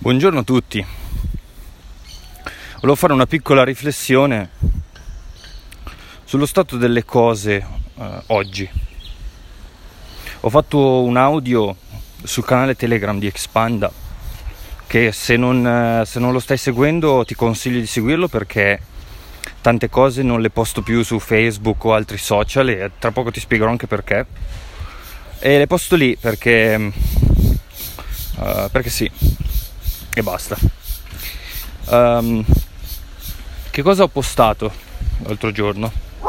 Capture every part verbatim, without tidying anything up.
Buongiorno a tutti. Volevo fare una piccola riflessione sullo stato delle cose eh, oggi. Ho fatto un audio sul canale Telegram di Expanda che se non, eh, se non lo stai seguendo ti consiglio di seguirlo, perché tante cose non le posto più su Facebook o altri social e tra poco ti spiegherò anche perché. E le posto lì perché uh, perché sì, e basta. Um, che cosa ho postato l'altro giorno?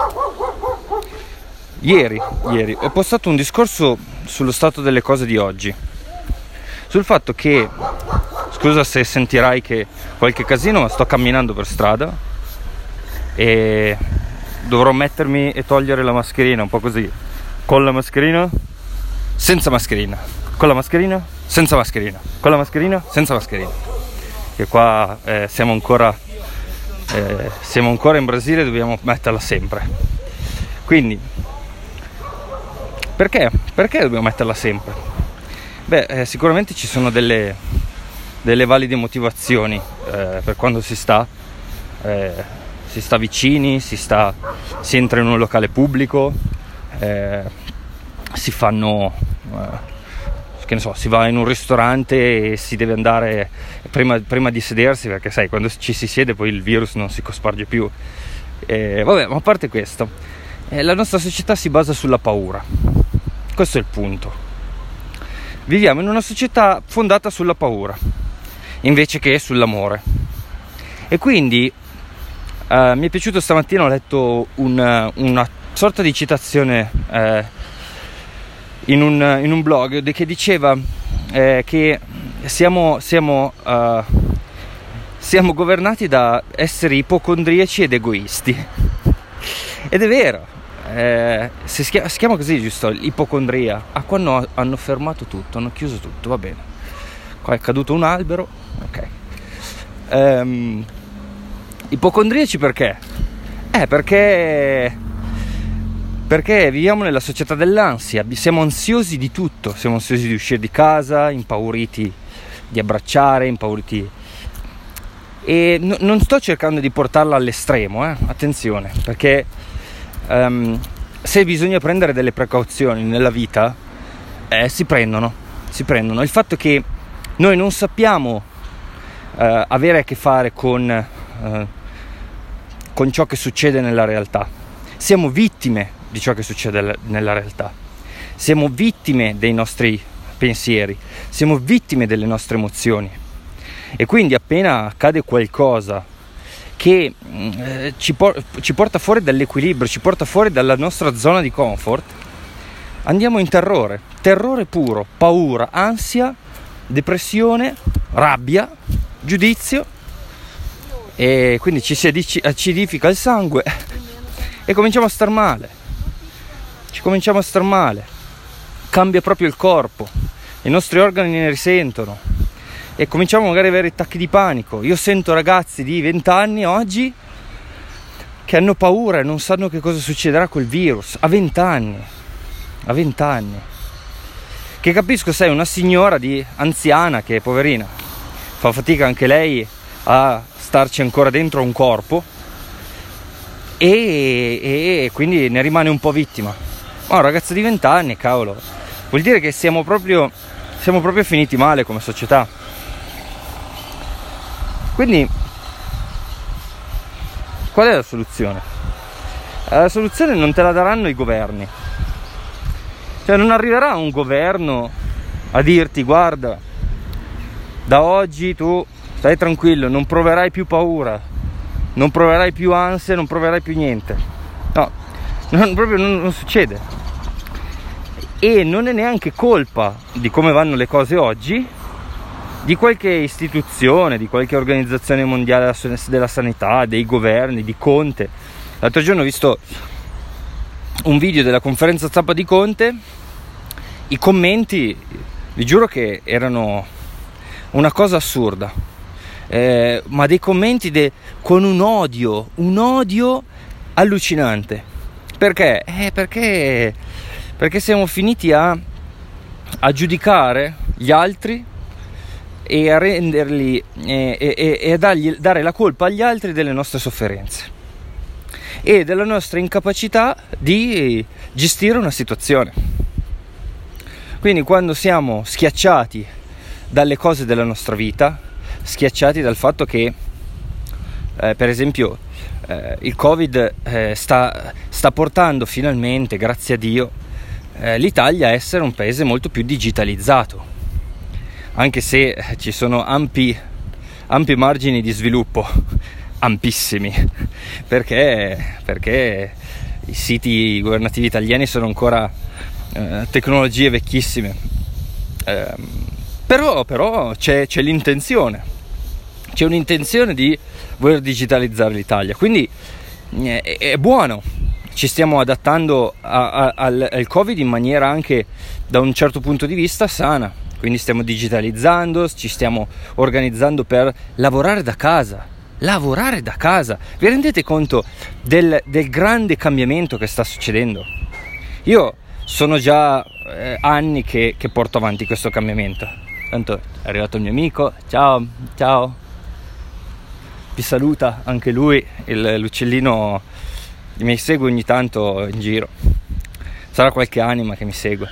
Ieri, ieri ho postato un discorso sullo stato delle cose di oggi, sul fatto che, scusa se sentirai che qualche casino, ma sto camminando per strada e dovrò mettermi e togliere la mascherina, un po' così, con la mascherina, senza mascherina, con la mascherina, senza mascherina, con la mascherina, senza mascherina. Che qua eh, siamo ancora eh, siamo ancora in Brasile e dobbiamo metterla sempre. Quindi perché? Perché dobbiamo metterla sempre? Beh, eh, sicuramente ci sono delle delle valide motivazioni eh, per quando si sta eh, si sta vicini, si sta si entra in un locale pubblico, eh, si fanno eh, che ne so, si va in un ristorante e si deve andare prima, prima di sedersi, perché sai, quando ci si siede poi il virus non si cosparge più. Eh, vabbè, ma a parte questo, eh, la nostra società si basa sulla paura. Questo è il punto. Viviamo in una società fondata sulla paura invece che sull'amore. E quindi eh, mi è piaciuto, stamattina ho letto un, una sorta di citazione eh, In un, in un blog che diceva eh, che siamo, siamo, uh, siamo governati da esseri ipocondriaci ed egoisti. Ed è vero, eh, si, schia- si chiama così, giusto? L'ipocondria. Ah, qua hanno, hanno fermato tutto, hanno chiuso tutto, va bene. Qua è caduto un albero, ok. Um, ipocondriaci perché? Eh, perché... Perché viviamo nella società dell'ansia, siamo ansiosi di tutto, siamo ansiosi di uscire di casa, impauriti di abbracciare, impauriti... E no, non sto cercando di portarla all'estremo, eh? Attenzione, perché um, se bisogna prendere delle precauzioni nella vita, eh, si prendono, si prendono. Il fatto è che noi non sappiamo uh, avere a che fare con, uh, con ciò che succede nella realtà, siamo vittime di ciò che succede nella realtà, siamo vittime dei nostri pensieri, siamo vittime delle nostre emozioni, e quindi appena accade qualcosa che eh, ci, por- ci porta fuori dall'equilibrio, ci porta fuori dalla nostra zona di comfort, andiamo in terrore, terrore puro, paura, ansia, depressione, rabbia, giudizio, e quindi ci si adic- acidifica il sangue e cominciamo a star male. Ci cominciamo a star male, cambia proprio il corpo, i nostri organi ne risentono e cominciamo magari ad avere attacchi di panico. Io sento ragazzi di venti anni oggi che hanno paura e non sanno che cosa succederà col virus, a venti anni, a venti anni. Che capisco, sei una signora di anziana che poverina fa fatica anche lei a starci ancora dentro un corpo e, e quindi ne rimane un po' vittima. Ma un ragazzo di venti anni, cavolo, vuol dire che siamo proprio siamo proprio finiti male come società. Quindi qual è la soluzione? La soluzione non te la daranno i governi, cioè non arriverà un governo a dirti guarda, da oggi tu stai tranquillo, non proverai più paura, non proverai più ansia, non proverai più niente. No, non, proprio non, non succede. E non è neanche colpa di come vanno le cose oggi di qualche istituzione, di qualche organizzazione mondiale della sanità, dei governi, di Conte. L'altro giorno ho visto un video della conferenza stampa di Conte, i commenti, vi giuro che erano una cosa assurda, eh, ma dei commenti de- con un odio, un odio allucinante. Perché? Eh, perché... Perché siamo finiti a, a giudicare gli altri e a renderli e, e, e a dargli, dare la colpa agli altri delle nostre sofferenze e della nostra incapacità di gestire una situazione. Quindi quando siamo schiacciati dalle cose della nostra vita, schiacciati dal fatto che eh, per esempio eh, il Covid eh, sta, sta portando finalmente, grazie a Dio, eh, l'Italia a essere un paese molto più digitalizzato, anche se ci sono ampi, ampi margini di sviluppo, ampissimi, perché, perché i siti governativi italiani sono ancora eh, tecnologie vecchissime, eh, però, però c'è, c'è l'intenzione, c'è un'intenzione di voler digitalizzare l'Italia, quindi eh, è buono, ci stiamo adattando a, a, al, al Covid in maniera anche da un certo punto di vista sana, quindi stiamo digitalizzando, ci stiamo organizzando per lavorare da casa. Lavorare da casa, vi rendete conto del, del grande cambiamento che sta succedendo? Io sono già eh, anni che, che porto avanti questo cambiamento. Tanto è arrivato il mio amico, ciao, ciao, vi saluta anche lui, il, l'uccellino mi segue ogni tanto in giro, sarà qualche anima che mi segue.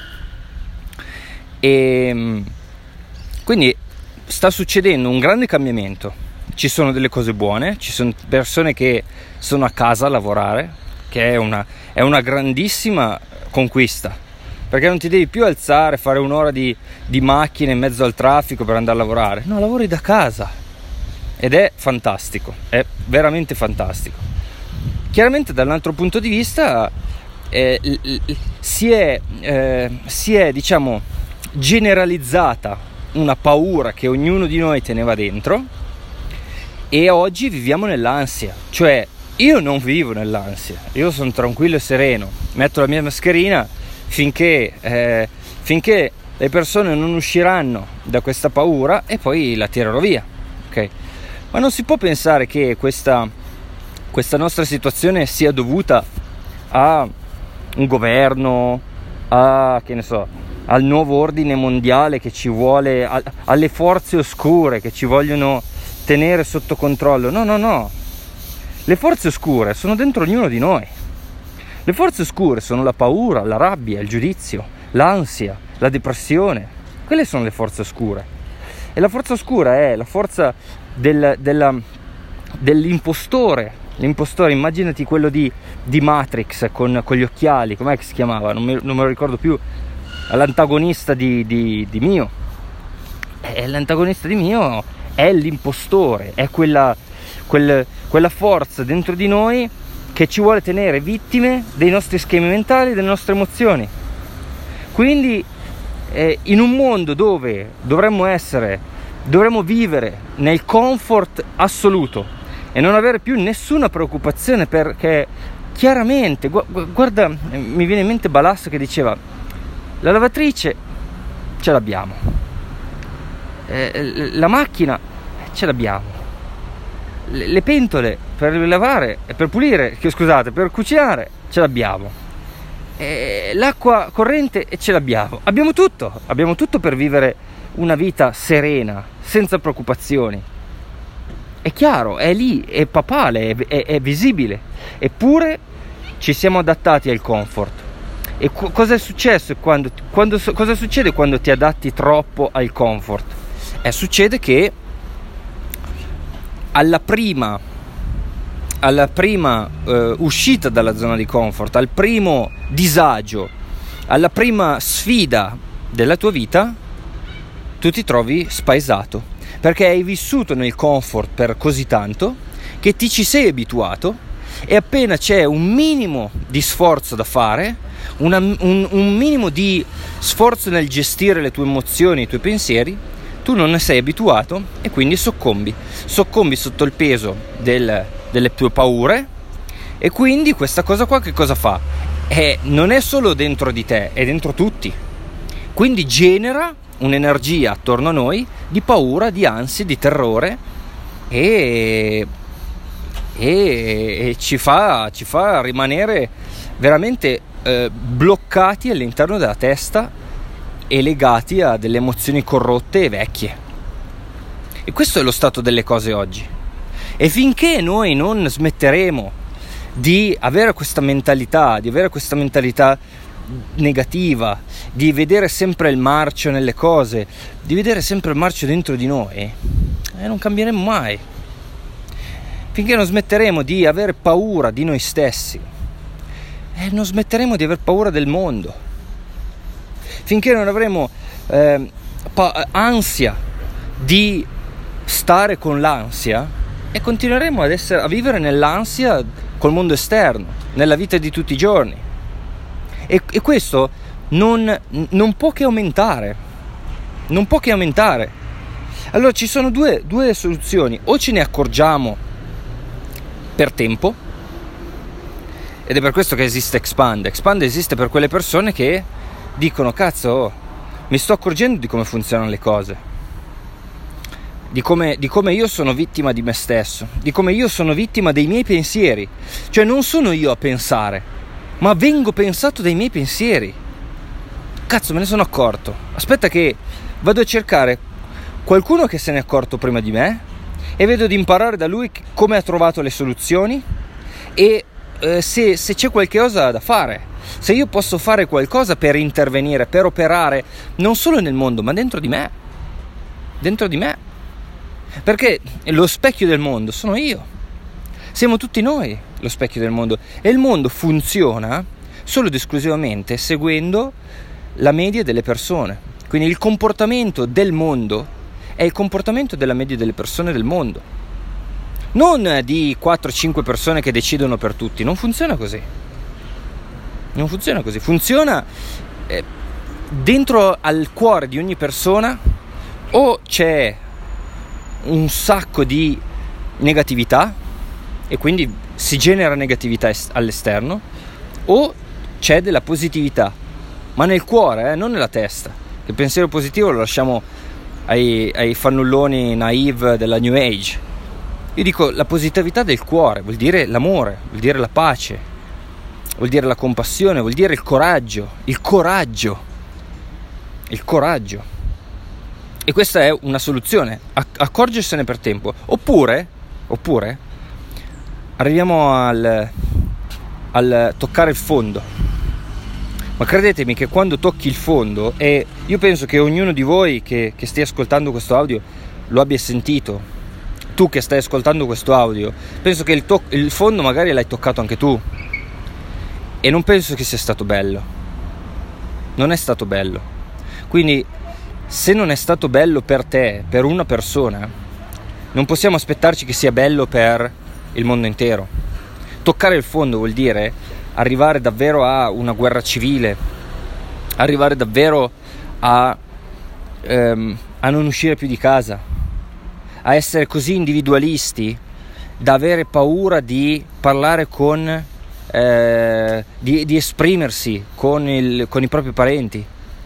E quindi sta succedendo un grande cambiamento. Ci sono delle cose buone, ci sono persone che sono a casa a lavorare, che è una, è una grandissima conquista, perché non ti devi più alzare, fare un'ora di, di macchina in mezzo al traffico per andare a lavorare, no, lavori da casa ed è fantastico, è veramente fantastico. Chiaramente dall'altro punto di vista eh, si è, eh, si è diciamo generalizzata una paura che ognuno di noi teneva dentro. E oggi viviamo nell'ansia, cioè io non vivo nell'ansia, io sono tranquillo e sereno, metto la mia mascherina finché, eh, finché le persone non usciranno da questa paura e poi la tirerò via, ok? Ma non si può pensare che questa, questa nostra situazione sia dovuta a un governo, a, che ne so, al nuovo ordine mondiale che ci vuole, a, alle forze oscure che ci vogliono tenere sotto controllo. No, no, no. Le forze oscure sono dentro ognuno di noi. Le forze oscure sono la paura, la rabbia, il giudizio, l'ansia, la depressione. Quelle sono le forze oscure. E la forza oscura è la forza del, della, dell'impostore. L'impostore, immaginati quello di, di Matrix con, con gli occhiali, com'è che si chiamava? Non me, non me lo ricordo più. L'antagonista di, di, di Mio. E l'antagonista di Mio è l'impostore, è quella, quel, quella forza dentro di noi che ci vuole tenere vittime dei nostri schemi mentali, delle nostre emozioni. Quindi eh, in un mondo dove dovremmo essere, dovremmo vivere nel comfort assoluto e non avere più nessuna preoccupazione, perché chiaramente, gu- guarda, mi viene in mente Balasso che diceva: la lavatrice ce l'abbiamo, Eh, la macchina ce l'abbiamo, le, le pentole per lavare e per pulire, scusate, per cucinare ce l'abbiamo, eh, l'acqua corrente ce l'abbiamo, abbiamo tutto, abbiamo tutto per vivere una vita serena, senza preoccupazioni. È chiaro, è lì, è papale, è, è, è visibile, eppure ci siamo adattati al comfort. E co- cosa è successo quando, quando, cosa succede quando ti adatti troppo al comfort? Eh, succede che alla prima, alla prima eh, uscita dalla zona di comfort, al primo disagio, alla prima sfida della tua vita, tu ti trovi spaesato, perché hai vissuto nel comfort per così tanto che ti ci sei abituato, e appena c'è un minimo di sforzo da fare, una, un, un minimo di sforzo nel gestire le tue emozioni, i tuoi pensieri, tu non ne sei abituato e quindi soccombi, soccombi sotto il peso del, delle tue paure. E quindi questa cosa qua che cosa fa? Eh, non è solo dentro di te, è dentro tutti, quindi genera un'energia attorno a noi di paura, di ansia, di terrore, e, e, e ci fa, ci fa rimanere veramente eh, bloccati all'interno della testa e legati a delle emozioni corrotte e vecchie. E questo è lo stato delle cose oggi. E finché noi non smetteremo di avere questa mentalità, di avere questa mentalità negativa, di vedere sempre il marcio nelle cose, di vedere sempre il marcio dentro di noi, e eh, non cambieremo mai. Finché non smetteremo di avere paura di noi stessi, e eh, non smetteremo di aver paura del mondo. Finché non avremo eh, pa- ansia di stare con l'ansia, e continueremo ad essere, a vivere nell'ansia col mondo esterno, nella vita di tutti i giorni. E, e questo non, non può che aumentare, non può che aumentare. Allora ci sono due, due soluzioni: o ce ne accorgiamo per tempo, ed è per questo che esiste Expand. Expand esiste per quelle persone che dicono: cazzo, oh, mi sto accorgendo di come funzionano le cose, di come, di come io sono vittima di me stesso, di come io sono vittima dei miei pensieri. Cioè non sono io a pensare, ma vengo pensato dai miei pensieri. Cazzo, me ne sono accorto. Aspetta che vado a cercare qualcuno che se ne è accorto prima di me e vedo di imparare da lui come ha trovato le soluzioni, e eh, se, se c'è qualcosa da fare, se io posso fare qualcosa per intervenire, per operare non solo nel mondo ma dentro di me, dentro di me, perché lo specchio del mondo sono io, siamo tutti noi lo specchio del mondo, e il mondo funziona solo ed esclusivamente seguendo la media delle persone. Quindi il comportamento del mondo è il comportamento della media delle persone del mondo, non di quattro cinque persone che decidono per tutti. Non funziona così, non funziona così. Funziona eh, dentro al cuore di ogni persona o c'è un sacco di negatività e quindi si genera negatività est- all'esterno, o c'è della positività, ma nel cuore, eh, non nella testa. Il pensiero positivo lo lasciamo ai, ai fannulloni naive della New Age. Io dico la positività del cuore, vuol dire l'amore, vuol dire la pace, vuol dire la compassione, vuol dire il coraggio, il coraggio, il coraggio. E questa è una soluzione, accorgersene per tempo. Oppure, oppure arriviamo al, al toccare il fondo. Ma credetemi che quando tocchi il fondo, e io penso che ognuno di voi che, che stia ascoltando questo audio lo abbia sentito, tu che stai ascoltando questo audio, penso che il, to- il fondo magari l'hai toccato anche tu, e non penso che sia stato bello, non è stato bello. Quindi se non è stato bello per te, per una persona, non possiamo aspettarci che sia bello per il mondo intero. Toccare il fondo vuol dire arrivare davvero a una guerra civile, arrivare davvero a, ehm, a non uscire più di casa, a essere così individualisti da avere paura di parlare con eh, di, di esprimersi con, il, con i propri parenti,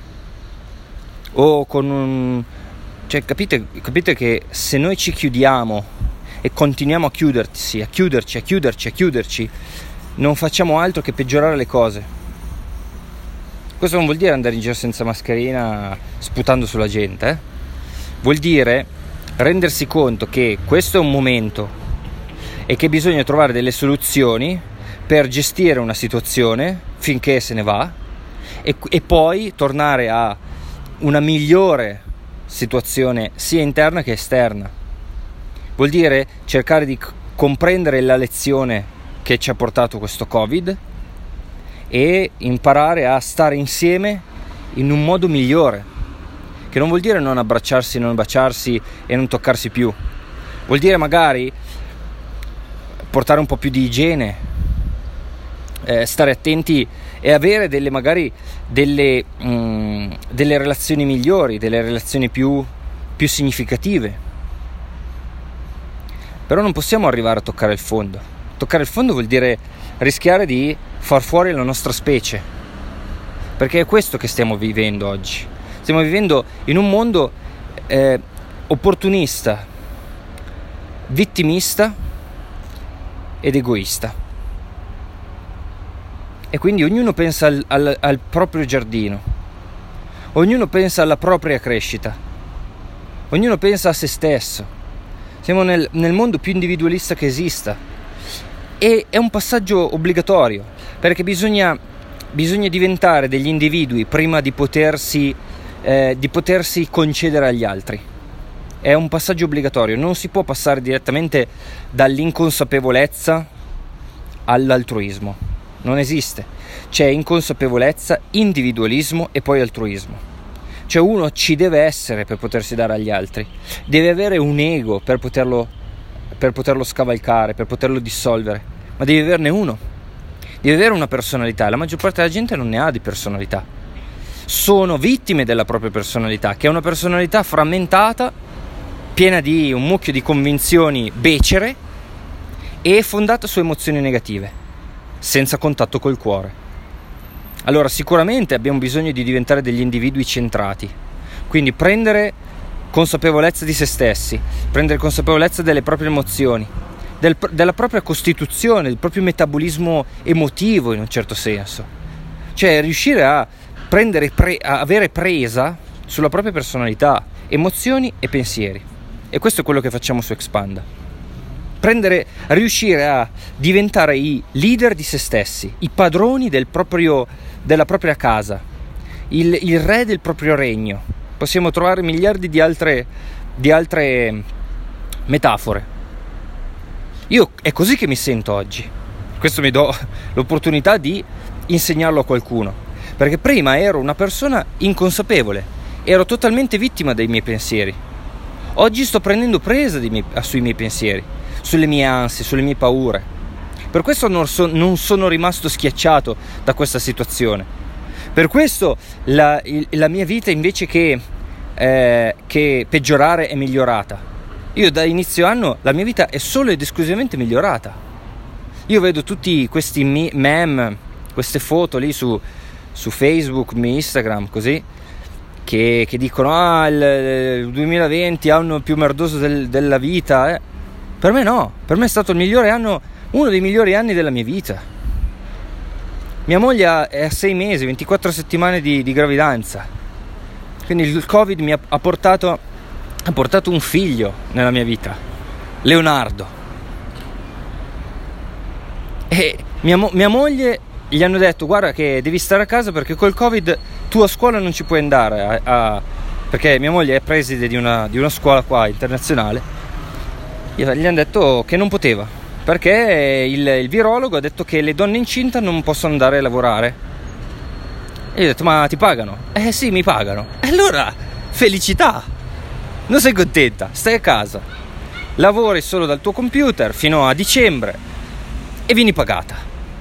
o con un... cioè capite, capite che se noi ci chiudiamo e continuiamo a chiudersi, a chiuderci, a chiuderci, a chiuderci, non facciamo altro che peggiorare le cose. Questo non vuol dire andare in giro senza mascherina sputando sulla gente, eh? Vuol dire rendersi conto che questo è un momento e che bisogna trovare delle soluzioni per gestire una situazione finché se ne va, e, e poi tornare a una migliore situazione sia interna che esterna. Vuol dire cercare di c- comprendere la lezione che ci ha portato questo Covid e imparare a stare insieme in un modo migliore, che non vuol dire non abbracciarsi, non baciarsi e non toccarsi più. Vuol dire magari portare un po' più di igiene, eh, stare attenti e avere delle magari delle, mh, delle relazioni migliori, delle relazioni più, più significative. Però non possiamo arrivare a toccare il fondo. Toccare il fondo vuol dire rischiare di far fuori la nostra specie, perché è questo che stiamo vivendo oggi. Stiamo vivendo in un mondo eh, opportunista, vittimista ed egoista, e quindi ognuno pensa al, al, al proprio giardino, ognuno pensa alla propria crescita, ognuno pensa a se stesso, siamo nel, nel mondo più individualista che esista, e è un passaggio obbligatorio, perché bisogna, bisogna diventare degli individui prima di potersi, eh, di potersi concedere agli altri. È un passaggio obbligatorio, non si può passare direttamente dall'inconsapevolezza all'altruismo, non esiste. C'è inconsapevolezza, individualismo e poi altruismo. Cioè uno ci deve essere per potersi dare agli altri, deve avere un ego per poterlo, per poterlo scavalcare, per poterlo dissolvere, ma devi averne uno, devi avere una personalità. La maggior parte della gente non ne ha di personalità, sono vittime della propria personalità, che è una personalità frammentata, piena di un mucchio di convinzioni becere e fondata su emozioni negative, senza contatto col cuore. Allora sicuramente abbiamo bisogno di diventare degli individui centrati, quindi prendere consapevolezza di se stessi, prendere consapevolezza delle proprie emozioni, del, della propria costituzione, del proprio metabolismo emotivo in un certo senso, cioè riuscire a prendere pre, a avere presa sulla propria personalità, emozioni e pensieri. E questo è quello che facciamo su Expanda. Prendere, riuscire a diventare i leader di se stessi, i padroni del proprio, della propria casa, il, il re del proprio regno. Possiamo trovare miliardi di altre, di altre metafore. Io è così che mi sento oggi. Questo mi do l'opportunità di insegnarlo a qualcuno, perché prima ero una persona inconsapevole, ero totalmente vittima dei miei pensieri. Oggi sto prendendo presa dei miei, sui miei pensieri, sulle mie ansie, sulle mie paure. Per questo non, so, non sono rimasto schiacciato da questa situazione. Per questo la, il, la mia vita, invece che, eh, che peggiorare, è migliorata. Io da inizio anno la mia vita è solo ed esclusivamente migliorata. Io vedo tutti questi meme, queste foto lì su, su Facebook, Instagram, così, che, che dicono ah il, il duemilaventi anno più merdoso del, della vita. Eh. Per me no, per me è stato il migliore anno, uno dei migliori anni della mia vita. Mia moglie è a sei mesi, ventiquattro settimane di, di gravidanza, quindi il Covid mi ha, ha, portato, ha portato un figlio nella mia vita, Leonardo. E mia, mia moglie gli hanno detto guarda che devi stare a casa perché col Covid tu a scuola non ci puoi andare, a, a, perché mia moglie è preside di una, di una scuola qua internazionale. Gli hanno detto che non poteva, perché il, il virologo ha detto che le donne incinte non possono andare a lavorare. E io ho detto ma ti pagano? Eh sì, mi pagano. E allora felicità, non sei contenta, stai a casa, lavori solo dal tuo computer fino a dicembre e vieni pagata.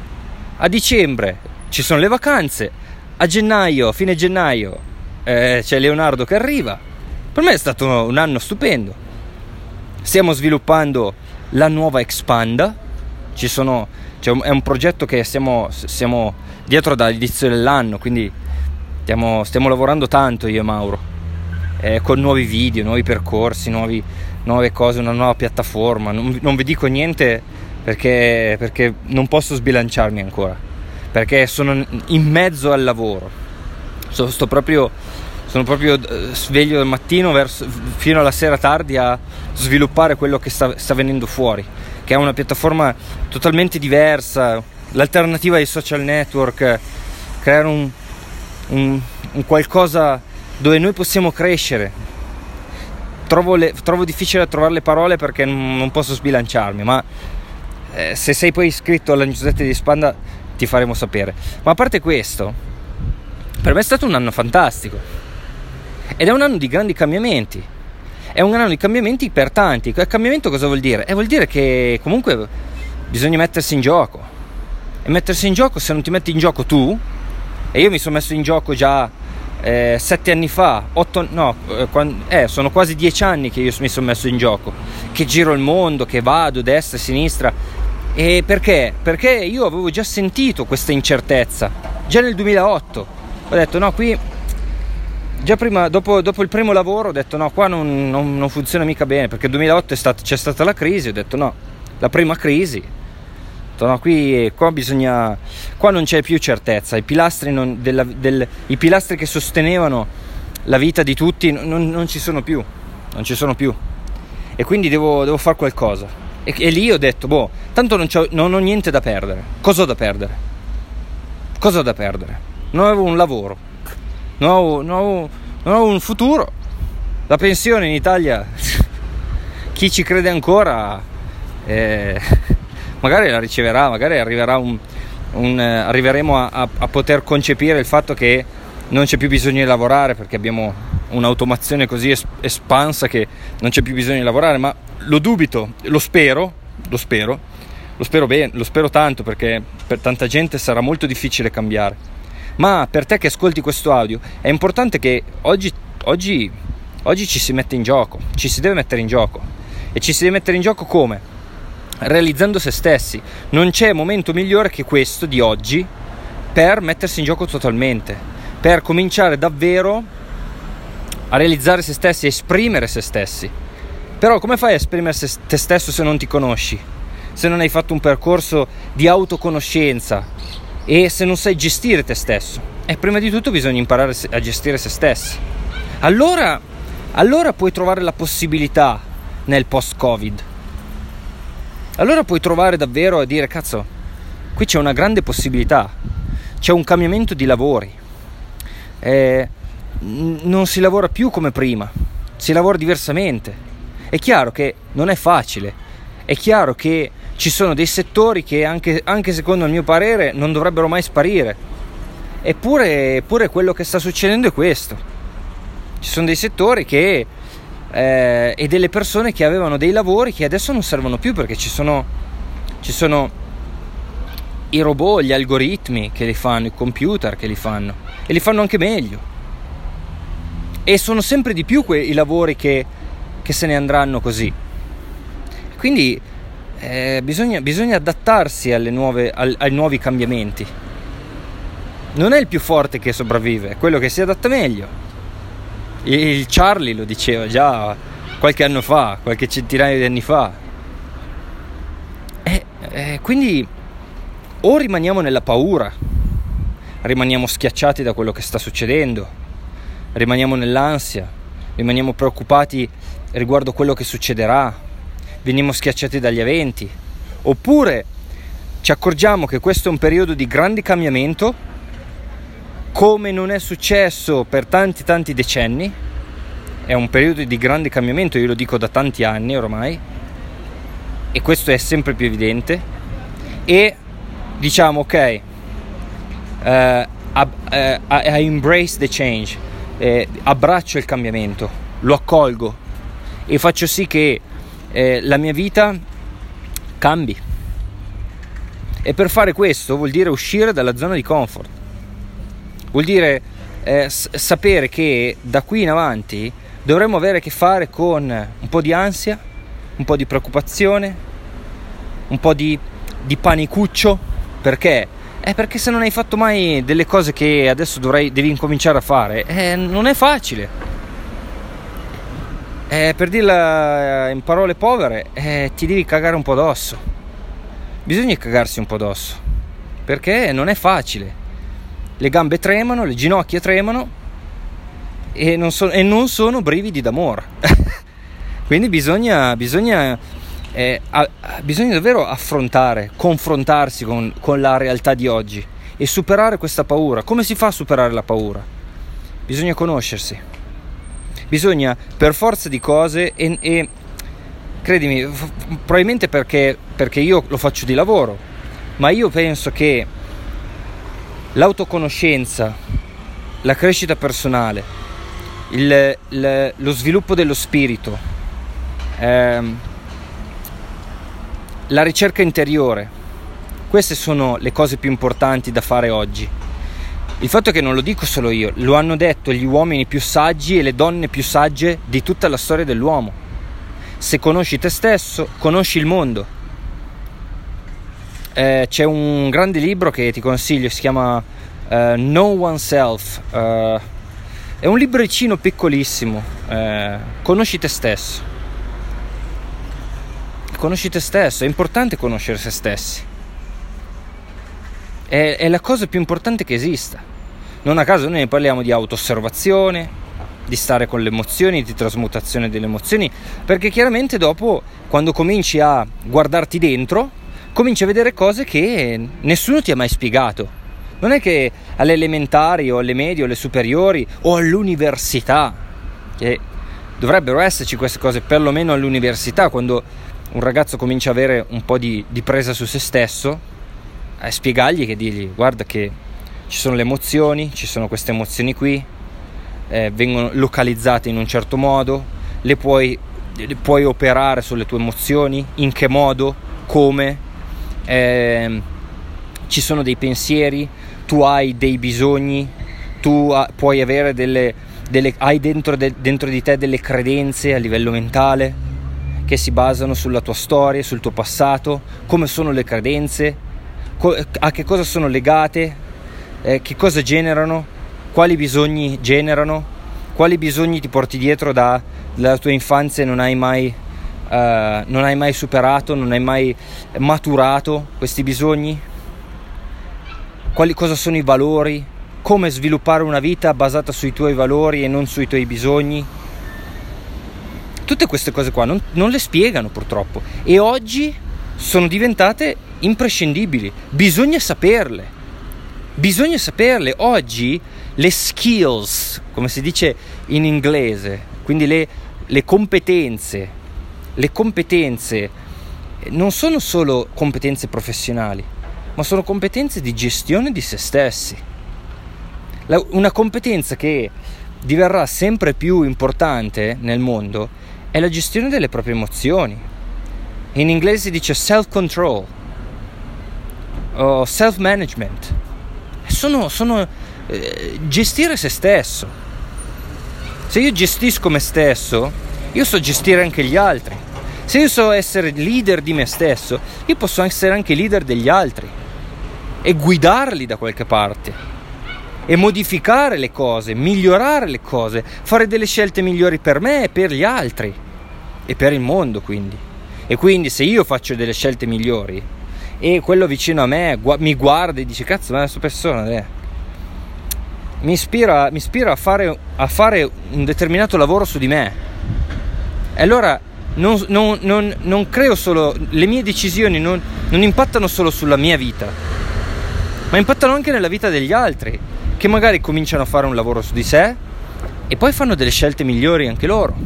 A dicembre ci sono le vacanze, a gennaio, fine gennaio eh, c'è Leonardo che arriva. Per me è stato un anno stupendo. Stiamo sviluppando la nuova Expanda, ci sono, cioè è un progetto che stiamo, siamo dietro dall'inizio dell'anno, quindi stiamo, stiamo lavorando tanto io e Mauro, eh, con nuovi video, nuovi percorsi, nuovi, nuove cose, una nuova piattaforma. Non, non vi dico niente perché, perché non posso sbilanciarmi ancora, perché sono in mezzo al lavoro, so, sto proprio... Sono proprio sveglio dal mattino verso, fino alla sera tardi a sviluppare quello che sta, sta venendo fuori, che è una piattaforma totalmente diversa, l'alternativa ai social network, creare un, un, un qualcosa dove noi possiamo crescere. Trovo, le, trovo difficile trovare le parole perché non, non posso sbilanciarmi, ma eh, se sei poi iscritto alla newsletter di Expanda ti faremo sapere. Ma a parte questo, per me è stato un anno fantastico. Ed è un anno di grandi cambiamenti, è un anno di cambiamenti per tanti. Il cambiamento cosa vuol dire? Eh, vuol dire che comunque bisogna mettersi in gioco, e mettersi in gioco, se non ti metti in gioco tu, e io mi sono messo in gioco già eh, sette anni fa, otto, no, eh, quando, eh, sono quasi dieci anni che io mi sono messo in gioco, che giro il mondo, che vado destra e sinistra. E perché? Perché io avevo già sentito questa incertezza, già nel duemilaotto, ho detto no, qui... Già prima, dopo, dopo il primo lavoro ho detto no, qua non, non, non funziona mica bene, perché nel duemilaotto è stato, c'è stata la crisi, ho detto no, la prima crisi, ho detto no, qui qua bisogna, qua non c'è più certezza, i pilastri, non, della, del, i pilastri che sostenevano la vita di tutti non, non ci sono più, non ci sono più, e quindi devo, devo fare qualcosa. E, e lì ho detto, boh, tanto non, c'ho, non ho niente da perdere. Cosa ho da perdere? Cosa ho da perdere? Non avevo un lavoro, non avevo, non avevo, non avevo un futuro. La pensione in Italia, chi ci crede ancora, eh, magari la riceverà, magari arriverà un, un, eh, arriveremo a, a, a poter concepire il fatto che non c'è più bisogno di lavorare, perché abbiamo un'automazione così es- espansa che non c'è più bisogno di lavorare. Ma lo dubito, lo spero, lo spero, lo spero bene, lo spero tanto, perché per tanta gente sarà molto difficile cambiare. Ma per te che ascolti questo audio è importante che oggi, oggi, oggi ci si mette in gioco, ci si deve mettere in gioco. E ci si deve mettere in gioco come? Realizzando se stessi. Non c'è momento migliore che questo di oggi per mettersi in gioco totalmente, per cominciare davvero a realizzare se stessi, a esprimere se stessi. Però come fai a esprimere se, te stesso se non ti conosci? Se non hai fatto un percorso di autoconoscenza e se non sai gestire te stesso? E prima di tutto bisogna imparare a gestire se stessi. Allora, allora puoi trovare la possibilità nel post-Covid. Allora puoi trovare davvero a dire, cazzo, qui c'è una grande possibilità, c'è un cambiamento di lavori, eh, non si lavora più come prima, si lavora diversamente. È chiaro che non è facile, è chiaro che ci sono dei settori che anche, anche secondo il mio parere non dovrebbero mai sparire, eppure, eppure quello che sta succedendo è questo. Ci sono dei settori che eh, e delle persone che avevano dei lavori che adesso non servono più, perché ci sono ci sono i robot, gli algoritmi che li fanno, i computer che li fanno, e li fanno anche meglio, e sono sempre di più quei lavori che, che se ne andranno così. Quindi eh, bisogna, bisogna adattarsi alle nuove, al, ai nuovi cambiamenti. Non è il più forte che sopravvive, è quello che si adatta meglio. Il Charlie lo diceva già qualche anno fa, qualche centinaio di anni fa. E, e quindi o rimaniamo nella paura, rimaniamo schiacciati da quello che sta succedendo, rimaniamo nell'ansia, rimaniamo preoccupati riguardo quello che succederà, veniamo schiacciati dagli eventi, oppure ci accorgiamo che questo è un periodo di grande cambiamento, come non è successo per tanti tanti decenni. È un periodo di grande cambiamento, io lo dico da tanti anni ormai, e questo è sempre più evidente. E diciamo ok, uh, I, uh, I embrace the change, eh, abbraccio il cambiamento, lo accolgo e faccio sì che eh, la mia vita cambi. E per fare questo vuol dire uscire dalla zona di comfort. Vuol dire eh, s- sapere che da qui in avanti dovremo avere a che fare con un po' di ansia, un po' di preoccupazione, un po' di, di panicuccio. Perché? Eh, perché se non hai fatto mai delle cose che adesso dovrai, devi incominciare a fare, eh, non è facile. Eh, per dirla in parole povere, eh, ti devi cagare un po' addosso. Bisogna cagarsi un po' addosso, perché non è facile. Le gambe tremano, le ginocchia tremano e non, so, e non sono brividi d'amore. Quindi bisogna bisogna, eh, a, bisogna davvero affrontare, confrontarsi con, con la realtà di oggi e superare questa paura. Come si fa a superare la paura? Bisogna conoscersi, bisogna per forza di cose e, e credimi, f- probabilmente perché, perché io lo faccio di lavoro, ma io penso che l'autoconoscenza, la crescita personale, il, il, lo sviluppo dello spirito, ehm, la ricerca interiore, queste sono le cose più importanti da fare oggi. Il fatto è che non lo dico solo io, lo hanno detto gli uomini più saggi e le donne più sagge di tutta la storia dell'uomo. Se conosci te stesso, conosci il mondo. Eh, c'è un grande libro che ti consiglio, si chiama uh, Know Oneself, uh, è un libricino piccolissimo. Uh, conosci te stesso, conosci te stesso, è importante conoscere se stessi, è, è la cosa più importante che esista. Non a caso noi ne parliamo di auto-osservazione, di stare con le emozioni, di trasmutazione delle emozioni, perché chiaramente dopo, quando cominci a guardarti dentro, cominci a vedere cose che nessuno ti ha mai spiegato. Non è che alle elementari o alle medie o alle superiori o all'università, che dovrebbero esserci queste cose perlomeno all'università, quando un ragazzo comincia a avere un po' di, di presa su se stesso, eh, spiegargli, che dirgli: guarda che ci sono le emozioni, ci sono queste emozioni qui, eh, vengono localizzate in un certo modo, le puoi, le puoi operare sulle tue emozioni, in che modo, come, eh, ci sono dei pensieri, tu hai dei bisogni, tu ha, puoi avere delle, delle hai dentro, de, dentro di te delle credenze a livello mentale che si basano sulla tua storia, sul tuo passato, come sono le credenze, co- a che cosa sono legate, eh, che cosa generano, quali bisogni generano, quali bisogni ti porti dietro da, dalla tua infanzia e non hai mai, eh, non hai mai superato, non hai mai maturato questi bisogni, quali cosa sono i valori, come sviluppare una vita basata sui tuoi valori e non sui tuoi bisogni. Tutte queste cose qua non, non le spiegano purtroppo, e oggi sono diventate imprescindibili, bisogna saperle. Bisogna saperle. Oggi le skills, come si dice in inglese, quindi le, le competenze, le competenze non sono solo competenze professionali, ma sono competenze di gestione di se stessi. La, una competenza che diverrà sempre più importante nel mondo è la gestione delle proprie emozioni. In inglese si dice self-control o self-management. Sono, sono eh, gestire se stesso. Se io gestisco me stesso, io so gestire anche gli altri. Se io so essere leader di me stesso, io posso essere anche leader degli altri e guidarli da qualche parte e modificare le cose, migliorare le cose, fare delle scelte migliori per me e per gli altri e per il mondo, quindi. E quindi se io faccio delle scelte migliori e quello vicino a me gu- mi guarda e dice: cazzo, ma questa persona eh, mi ispira, mi ispira a fare, a fare un determinato lavoro su di me, e allora non, non, non, non creo solo, le mie decisioni non, non impattano solo sulla mia vita, ma impattano anche nella vita degli altri, che magari cominciano a fare un lavoro su di sé e poi fanno delle scelte migliori anche loro.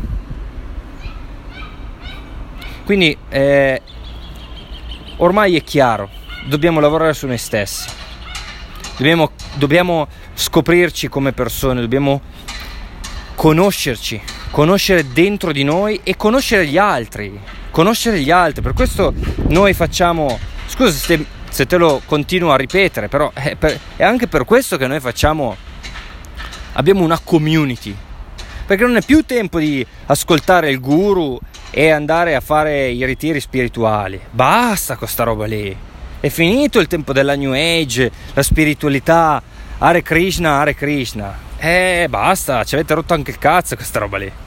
Quindi eh, ormai è chiaro, dobbiamo lavorare su noi stessi, dobbiamo, dobbiamo scoprirci come persone, dobbiamo conoscerci, conoscere dentro di noi e conoscere gli altri, conoscere gli altri. Per questo noi facciamo, scusa se, se te lo continuo a ripetere, però è, per, è anche per questo che noi facciamo, abbiamo una community, perché non è più tempo di ascoltare il guru e andare a fare i ritiri spirituali. Basta con sta roba lì, è finito il tempo della New Age, la spiritualità, Hare Krishna, Hare Krishna. Eh, basta, ci avete rotto anche il cazzo questa roba lì.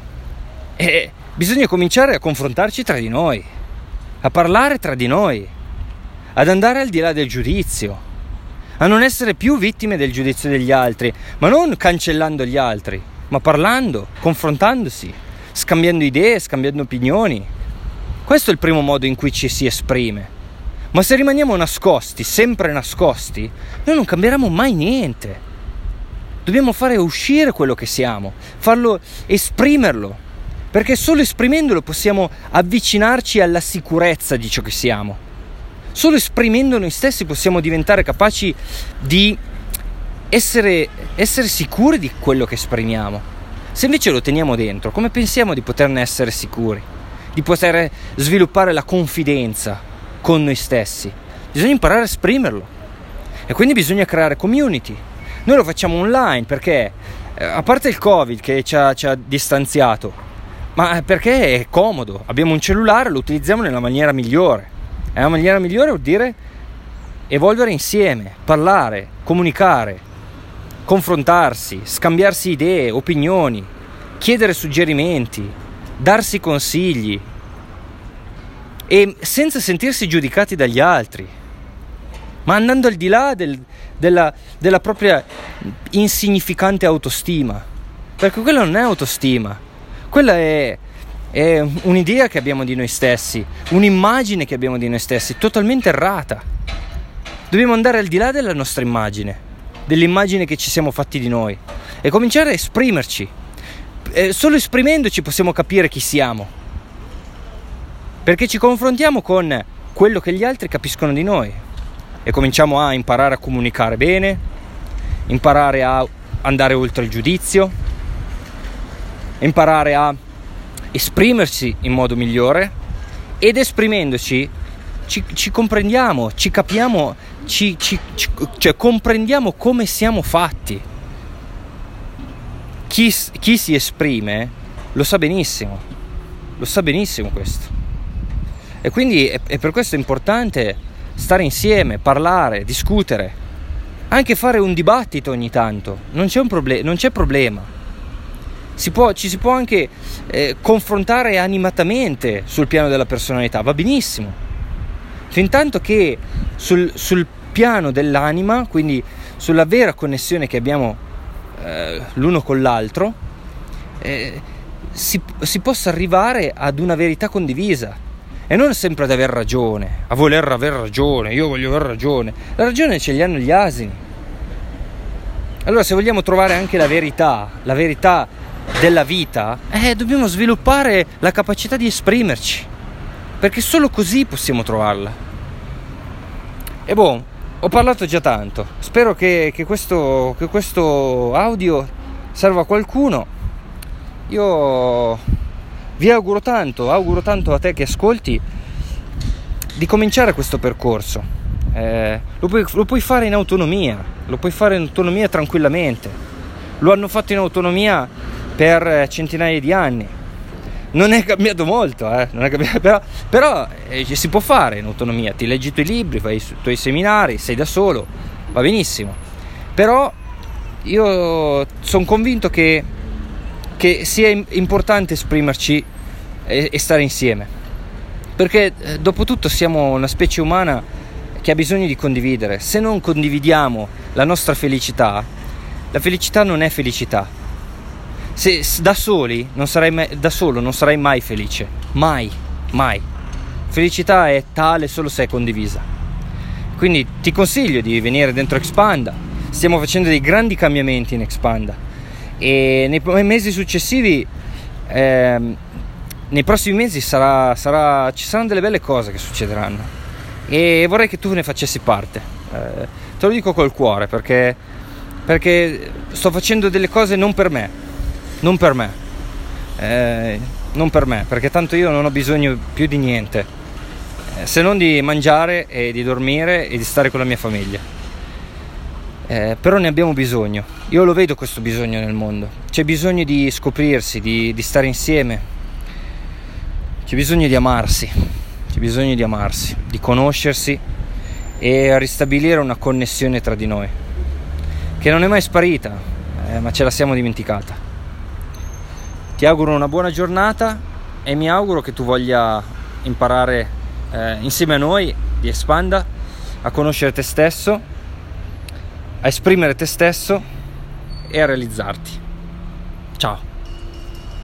E bisogna cominciare a confrontarci tra di noi, a parlare tra di noi, ad andare al di là del giudizio, a non essere più vittime del giudizio degli altri, ma non cancellando gli altri, ma parlando, confrontandosi, scambiando idee, scambiando opinioni. Questo è il primo modo in cui ci si esprime. Ma se rimaniamo nascosti, sempre nascosti, noi non cambieremo mai niente. Dobbiamo fare uscire quello che siamo, farlo, esprimerlo, perché solo esprimendolo possiamo avvicinarci alla sicurezza di ciò che siamo. Solo esprimendo noi stessi possiamo diventare capaci di essere, essere sicuri di quello che esprimiamo. Se invece lo teniamo dentro, come pensiamo di poterne essere sicuri? Di poter sviluppare la confidenza con noi stessi? Bisogna imparare a esprimerlo. E quindi bisogna creare community. Noi lo facciamo online perché, a parte il Covid che ci ha, ci ha distanziato, ma perché è comodo. Abbiamo un cellulare, lo utilizziamo nella maniera migliore. E la maniera migliore vuol dire evolvere insieme, parlare, comunicare, confrontarsi, scambiarsi idee, opinioni, chiedere suggerimenti, darsi consigli e senza sentirsi giudicati dagli altri, ma andando al di là del, della, della propria insignificante autostima, perché quella non è autostima, quella è, è un'idea che abbiamo di noi stessi, un'immagine che abbiamo di noi stessi, totalmente errata. Dobbiamo andare al di là della nostra immagine, dell'immagine che ci siamo fatti di noi, e cominciare a esprimerci. Eh, solo esprimendoci possiamo capire chi siamo, perché ci confrontiamo con quello che gli altri capiscono di noi e cominciamo a imparare a comunicare bene, imparare a andare oltre il giudizio, imparare a esprimersi in modo migliore, ed esprimendoci ci, ci comprendiamo, ci capiamo, ci, ci, ci, cioè comprendiamo come siamo fatti. Chi, chi si esprime lo sa benissimo, lo sa benissimo questo. E quindi è, è per questo importante stare insieme, parlare, discutere, anche fare un dibattito ogni tanto. Non c'è un proble- non c'è problema. Si può, ci si può anche eh, confrontare animatamente sul piano della personalità, va benissimo. Fintanto che sul, sul piano dell'anima, quindi sulla vera connessione che abbiamo eh, l'uno con l'altro, eh, si, si possa arrivare ad una verità condivisa. E non sempre ad aver ragione, a voler aver ragione, io voglio aver ragione. La ragione ce li hanno gli asini. Allora, se vogliamo trovare anche la verità, la verità della vita, eh, dobbiamo sviluppare la capacità di esprimerci, perché solo così possiamo trovarla. E boh, ho parlato già tanto. Spero che, che, questo, che questo audio serva a qualcuno. Io vi auguro tanto, auguro tanto a te che ascolti di cominciare questo percorso. Eh, lo, puoi, lo puoi fare in autonomia, lo puoi fare in autonomia tranquillamente. Lo hanno fatto in autonomia per centinaia di anni. Non è cambiato molto, eh? non è cambiato, però, però eh, si può fare in autonomia. Ti leggi i tuoi libri, fai i tuoi seminari, sei da solo, va benissimo. Però io sono convinto che che sia importante esprimerci e, e stare insieme, perché eh, dopo tutto siamo una specie umana che ha bisogno di condividere. Se non condividiamo la nostra felicità, la felicità non è felicità. Se da soli non sarai mai, da solo non sarai mai felice, mai, mai. Felicità è tale solo se è condivisa. Quindi ti consiglio di venire dentro Expanda. Stiamo facendo dei grandi cambiamenti in Expanda, e nei mesi successivi, ehm, nei prossimi mesi sarà, sarà, ci saranno delle belle cose che succederanno, e vorrei che tu ne facessi parte. Eh, te lo dico col cuore, perché, perché sto facendo delle cose non per me, non per me, eh, non per me, perché tanto io non ho bisogno più di niente, eh, se non di mangiare e di dormire e di stare con la mia famiglia. Eh, però ne abbiamo bisogno, io lo vedo questo bisogno nel mondo, c'è bisogno di scoprirsi, di, di stare insieme, c'è bisogno di amarsi, c'è bisogno di amarsi, di conoscersi e ristabilire una connessione tra di noi, che non è mai sparita, eh, ma ce la siamo dimenticata. Ti auguro una buona giornata e mi auguro che tu voglia imparare eh, insieme a noi di Expanda a conoscere te stesso, a esprimere te stesso e a realizzarti. Ciao.